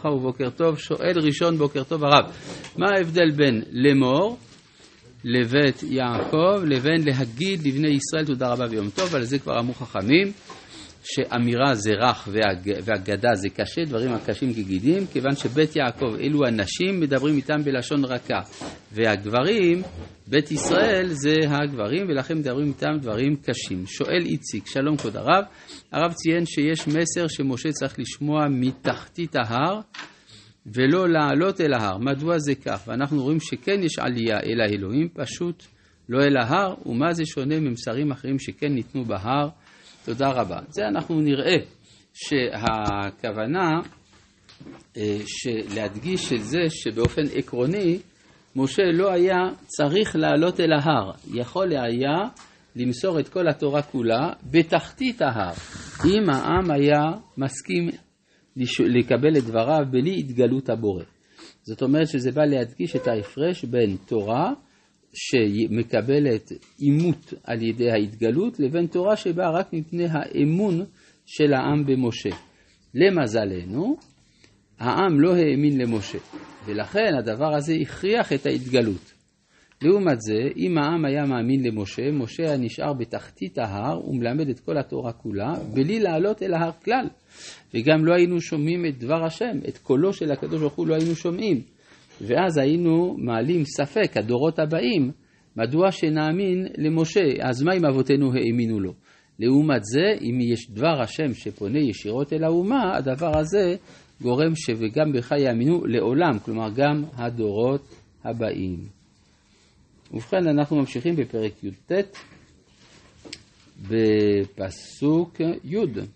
וברכה ובוקר טוב. שואל ראשון, בוקר טוב הרב. מה ההבדל בין לאמור לבית יעקב לבין להגיד לבני ישראל תודה רבה ויום טוב? על זה כבר אמרו חכמים שאמירה זה רך והגדה זה קשה, דברים הקשים כגידים, כיוון שבית יעקב אלו אנשים מדברים איתם בלשון רכה, והגברים, בית ישראל זה הגברים, ולכן מדברים איתם דברים קשים. שואל איציק, שלום כבוד הרב. הרב ציין שיש מסר שמשה צריך לשמוע מתחתית ההר ולא לעלות אל ההר. מדוע זה כך? ואנחנו רואים שכן יש עלייה אל האלוהים, פשוט לא אל ההר. ומה זה שונה ממסרים אחרים שכן ניתנו בהר? תודה רבה. זה אנחנו נראה שהכוונה להדגיש את זה שבאופן עקרוני משה לא היה צריך לעלות אל ההר, יכול היה למסור את כל התורה כולה בתחתית ההר, אם העם היה מסכים לקבל את דבריו בלי התגלות הבורא. זאת אומרת שזה בא להדגיש את ההפרש בין תורה שמקבלת אימות על ידי ההתגלות לבין תורה שבאה רק מפני האמון של העם במשה. למזלנו, העם לא האמין למשה, ולכן הדבר הזה הכריח את ההתגלות. לעומת זה, אם העם היה מאמין למשה, משה היה נשאר בתחתית ההר ומלמד את כל התורה כולה, בלי לעלות אל ההר כלל. וגם לא היינו שומעים את דבר השם, את קולו של הקדוש ברוך הוא לא היינו שומעים. ואז היינו מעלים ספק, הדורות הבאים, מדוע שנאמין למשה, אז מה אם אבותינו האמינו לו? לעומת זה, אם יש דבר השם שפונה ישירות אל האומה, הדבר הזה גורם שגם בך יאמינו לעולם, כלומר גם הדורות הבאים. ובכן, אנחנו ממשיכים בפרק י"ט, בפסוק י'.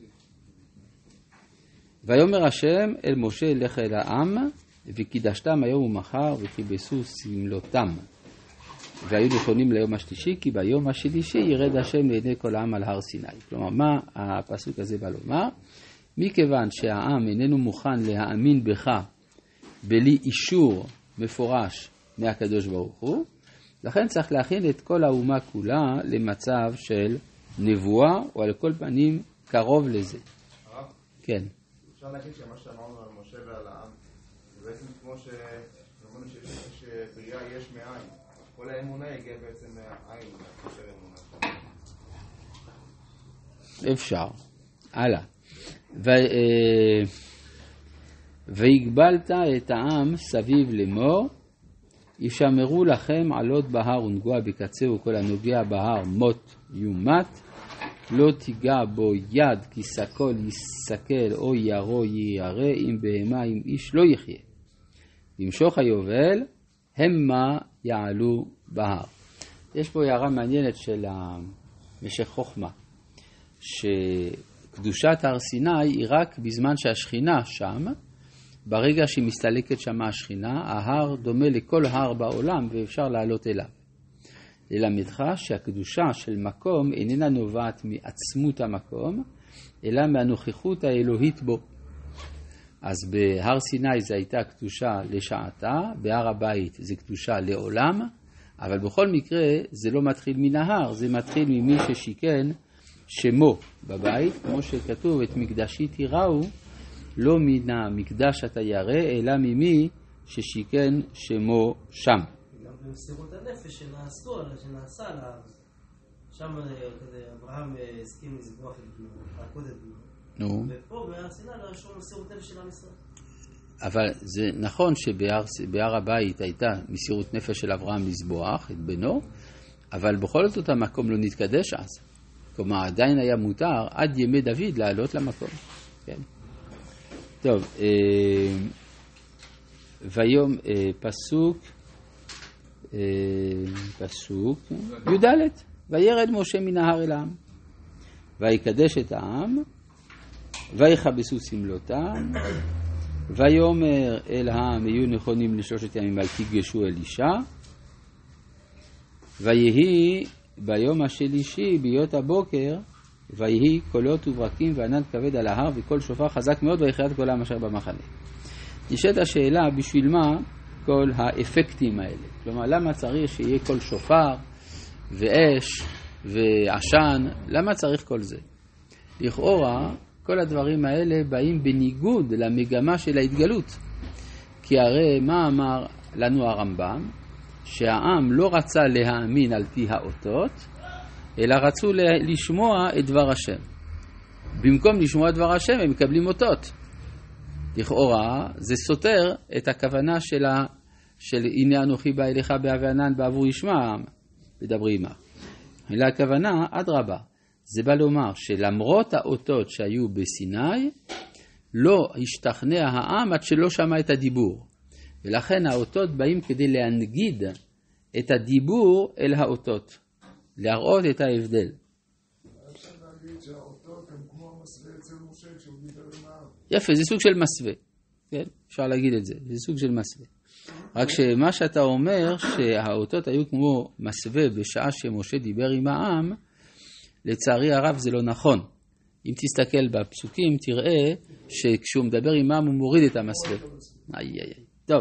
ויאמר השם אל משה לך אל העם, וקידשתם היום ומחר וכיבסו סמלותם. והיו נכונים ליום השלישי, כי ביום השלישי ירד השם לעיני כל העם על הר סיני. כלומר, מה הפסוק הזה בא לומר? מכיוון שהעם איננו מוכן להאמין בך בלי אישור מפורש מהקדוש ברוך הוא, לכן צריך להכין את כל האומה כולה למצב של נבואה, או על כל פנים קרוב לזה. הרב? כן. אפשר להגיד שמה שאמרנו על משה ועל העם, זה בעצם כמו שאמרנו שבריאה יש מאין. כל האמונה הגיעה בעצם מהעין, מהקשר אמונה. אפשר. הלאה. והגבלת את העם סביב לאמור, ישמרו לכם עלות בהר ונגוע בקצהו, כל הנוגע בהר מות יומת, לא תיגע בו יד, כי סקול יסקל או ירו יירא, אם בהמה אם איש לא יחיה. למשוך היובל, המה יעלו בהר. יש פה הערה מעניינת של משך חוכמה, שקדושת הר סיני היא רק בזמן שהשכינה שם, ברגע שהיא מסתלקת שם השכינה, ההר דומה לכל הר בעולם ואפשר לעלות אליו. ללמדך שהקדושה של מקום איננה נובעת מעצמות המקום, אלא מהנוכחות האלוהית בו. אז בהר סיני זה הייתה קדושה לשעתה, בהר הבית זה קדושה לעולם, אבל בכל מקרה זה לא מתחיל מן ההר, זה מתחיל ממי ששיכן שמו בבית, כמו שכתוב את מקדשי תיראו, לא מן המקדש אתה ירא, אלא ממי ששיכן שמו שם. גם במסירות הנפש שנעשה עליו, שם אברהם הסכים לזבוח את בנו, לעקוד את בנו. ופה בהר סיני לא היה שום מסירות נפש של עם ישראל. אבל זה נכון שבהר הבית הייתה מסירות נפש של אברהם לזבוח את בנו, אבל בכל זאת המקום לא נתקדש אז. כלומר, עדיין היה מותר עד ימי דוד לעלות למקום. כן. טוב, ויום פסוק י"ד, וירד משה מן ההר אל העם, ויקדש את העם, ויכבסו סמלותם, ויאמר אל העם, יהיו נכונים לשלושת ימים, אל תיגשו אל אישה, ויהי ביום השלישי ביות הבוקר, ויהי קולות וברקים וענן כבד על ההר וכל שופר חזק מאוד, ויחרד כל העם אשר במחנה. נשאלת השאלה, בשביל מה כל האפקטים האלה? כלומר, למה צריך שיהיה כל שופר ואש ועשן? למה צריך כל זה? לכאורה, כל הדברים האלה באים בניגוד למגמה של ההתגלות. כי הרי מה אמר לנו הרמב"ם? שהעם לא רצה להאמין על פי האותות, אלא רצו לשמוע את דבר השם. במקום לשמוע את דבר השם הם מקבלים אותות. לכאורה זה סותר את הכוונה של הנה אנוכי בא אליך באבי ענן בעבור ישמע העם, מדברי עמה. אלא הכוונה, אדרבה, זה בא לומר שלמרות האותות שהיו בסיני, לא השתכנע העם עד שלא שמע את הדיבור. ולכן האותות באים כדי להנגיד את הדיבור אל האותות, להראות את ההבדל. אפשר להגיד שהאותות הם כמו המסווה אצל משה כשהוא דיבר עם העם. יפה, זה סוג של מסווה. כן? אפשר להגיד את זה, זה סוג של מסווה. רק שמה שאתה אומר שהאותות היו כמו מסווה בשעה שמשה דיבר עם העם, לצערי הרב זה לא נכון. אם תסתכל בפסוקים תראה שכשהוא מדבר עם העם הוא מוריד את המסווה. טוב.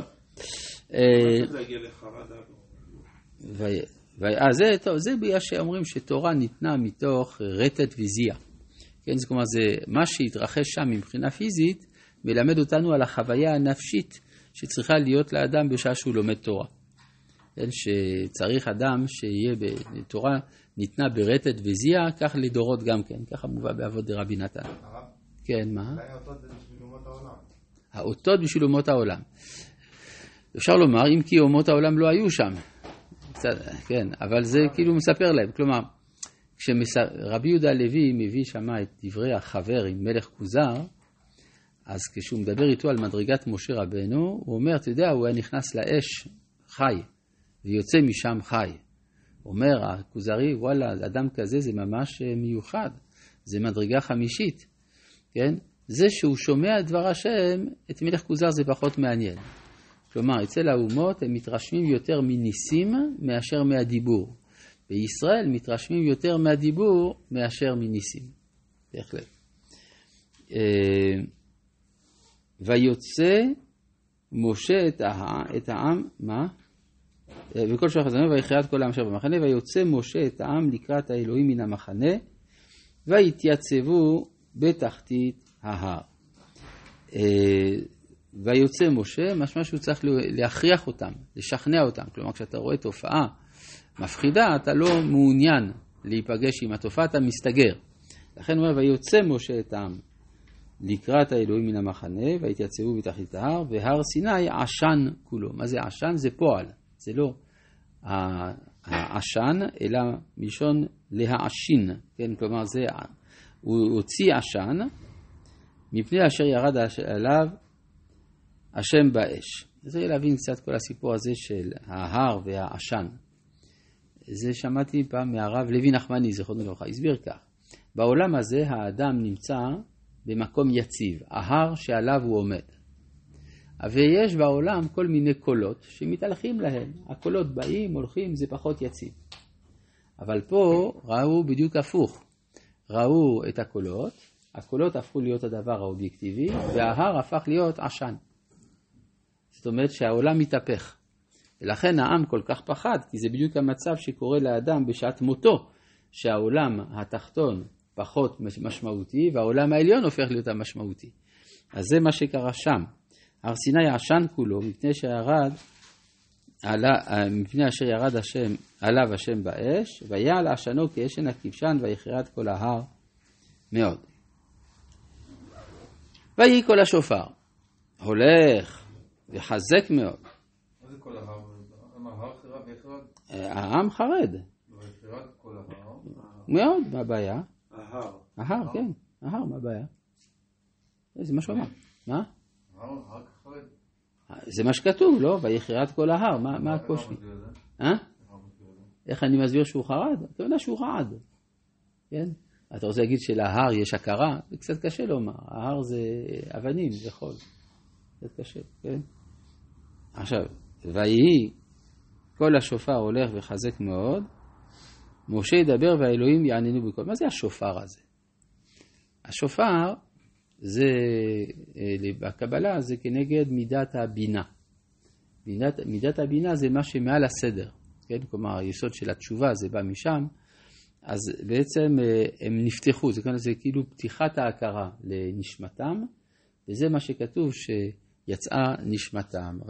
זה בגלל שאומרים שתורה ניתנה מתוך רטט וזיע. כן, זאת אומרת, מה שהתרחש שם מבחינה פיזית מלמד אותנו על החוויה הנפשית שצריכה להיות לאדם בשעה שהוא לומד תורה. כן, שצריך אדם שיהיה בתורה ניתנה ברטט וזיע, כך לדורות גם כן, ככה מובא באבות דרבי נתן. כן, מה? אולי האותות זה בשביל אומות העולם. האותות בשביל אומות העולם. אפשר לומר, אם כי אומות העולם לא היו שם. כן, אבל זה כאילו מספר להם. כלומר, כשרבי יהודה הלוי מביא שם את דברי החבר עם מלך כוזר, אז כשהוא מדבר איתו על מדרגת משה רבנו, הוא אומר, אתה יודע, הוא היה נכנס לאש חי, ויוצא משם חי. הוא אומר, הכוזרי, וואלה, אדם כזה זה ממש מיוחד, זה מדרגה חמישית. כן? זה שהוא שומע את דבר השם, את מלך כוזר זה פחות מעניין. כלומר, אצל האומות הם מתרשמים יותר מניסים מאשר מהדיבור. בישראל מתרשמים יותר מהדיבור מאשר מניסים. בהחלט. ויוצא משה את העם, מה? וכל שולח הזמן, ויכרעת כל העם אשר במחנה, ויוצא משה את העם לקראת האלוהים מן המחנה, ויתייצבו בתחתית ההר. ויוצא משה, משמע שהוא צריך להכריח אותם, לשכנע אותם. כלומר, כשאתה רואה תופעה מפחידה, אתה לא מעוניין להיפגש עם התופעה, אתה מסתגר. לכן הוא אומר, ויוצא משה את העם לקראת האלוהים מן המחנה, ויתייצבו בתחתית ההר, והר סיני עשן כולו. מה זה עשן? זה פועל. זה לא העשן, אלא מלשון להעשין. כן? כלומר, הוא הוציא עשן, מפני אשר ירד עליו השם באש. צריך להבין קצת כל הסיפור הזה של ההר והעשן. זה שמעתי פעם מהרב לוי נחמני, זכרונו לברכה. הסביר כך. בעולם הזה האדם נמצא במקום יציב, ההר שעליו הוא עומד. ויש בעולם כל מיני קולות שמתהלכים להם. הקולות באים, הולכים, זה פחות יציב. אבל פה ראו בדיוק הפוך. ראו את הקולות הפכו להיות הדבר האובייקטיבי, וההר הפך להיות עשן. זאת אומרת שהעולם מתהפך. ולכן העם כל כך פחד, כי זה בדיוק המצב שקורה לאדם בשעת מותו, שהעולם התחתון פחות משמעותי, והעולם העליון הופך להיות המשמעותי. אז זה מה שקרה שם. הר סיני עשן כולו, מפני אשר ירד עליו השם באש, ויעל עשנו כאשן הכבשן, ויכרת כל ההר מאוד. ויהי כל השופר, הולך וחזק מאוד. מה זה כל ההר? ההר חרד ויכרד? העם חרד. ויכרד כל ההר? מאוד, מה הבעיה? ההר, כן, ההר, מה הבעיה? זה מה שהוא אמר. מה? ההר חרד. זה מה שכתוב, לא? ויכרת כל ההר, מה הקושי? איך אני מסביר שהוא חרד? אתה יודע שהוא חרד. כן? אתה רוצה להגיד שלהר יש הכרה? זה קצת קשה לומר. ההר זה אבנים, זה חול. קצת קשה, כן? עכשיו, ויהי כל השופר הולך וחזק מאוד, משה ידבר והאלוהים יעננו בקול. מה זה השופר הזה? השופר זה, בקבלה זה כנגד מידת הבינה. מידת הבינה זה מה שמעל הסדר. כן? כלומר, היסוד של התשובה זה בא משם. אז בעצם הם נפתחו, זה כאילו פתיחת ההכרה לנשמתם, וזה מה שכתוב שיצאה נשמתם.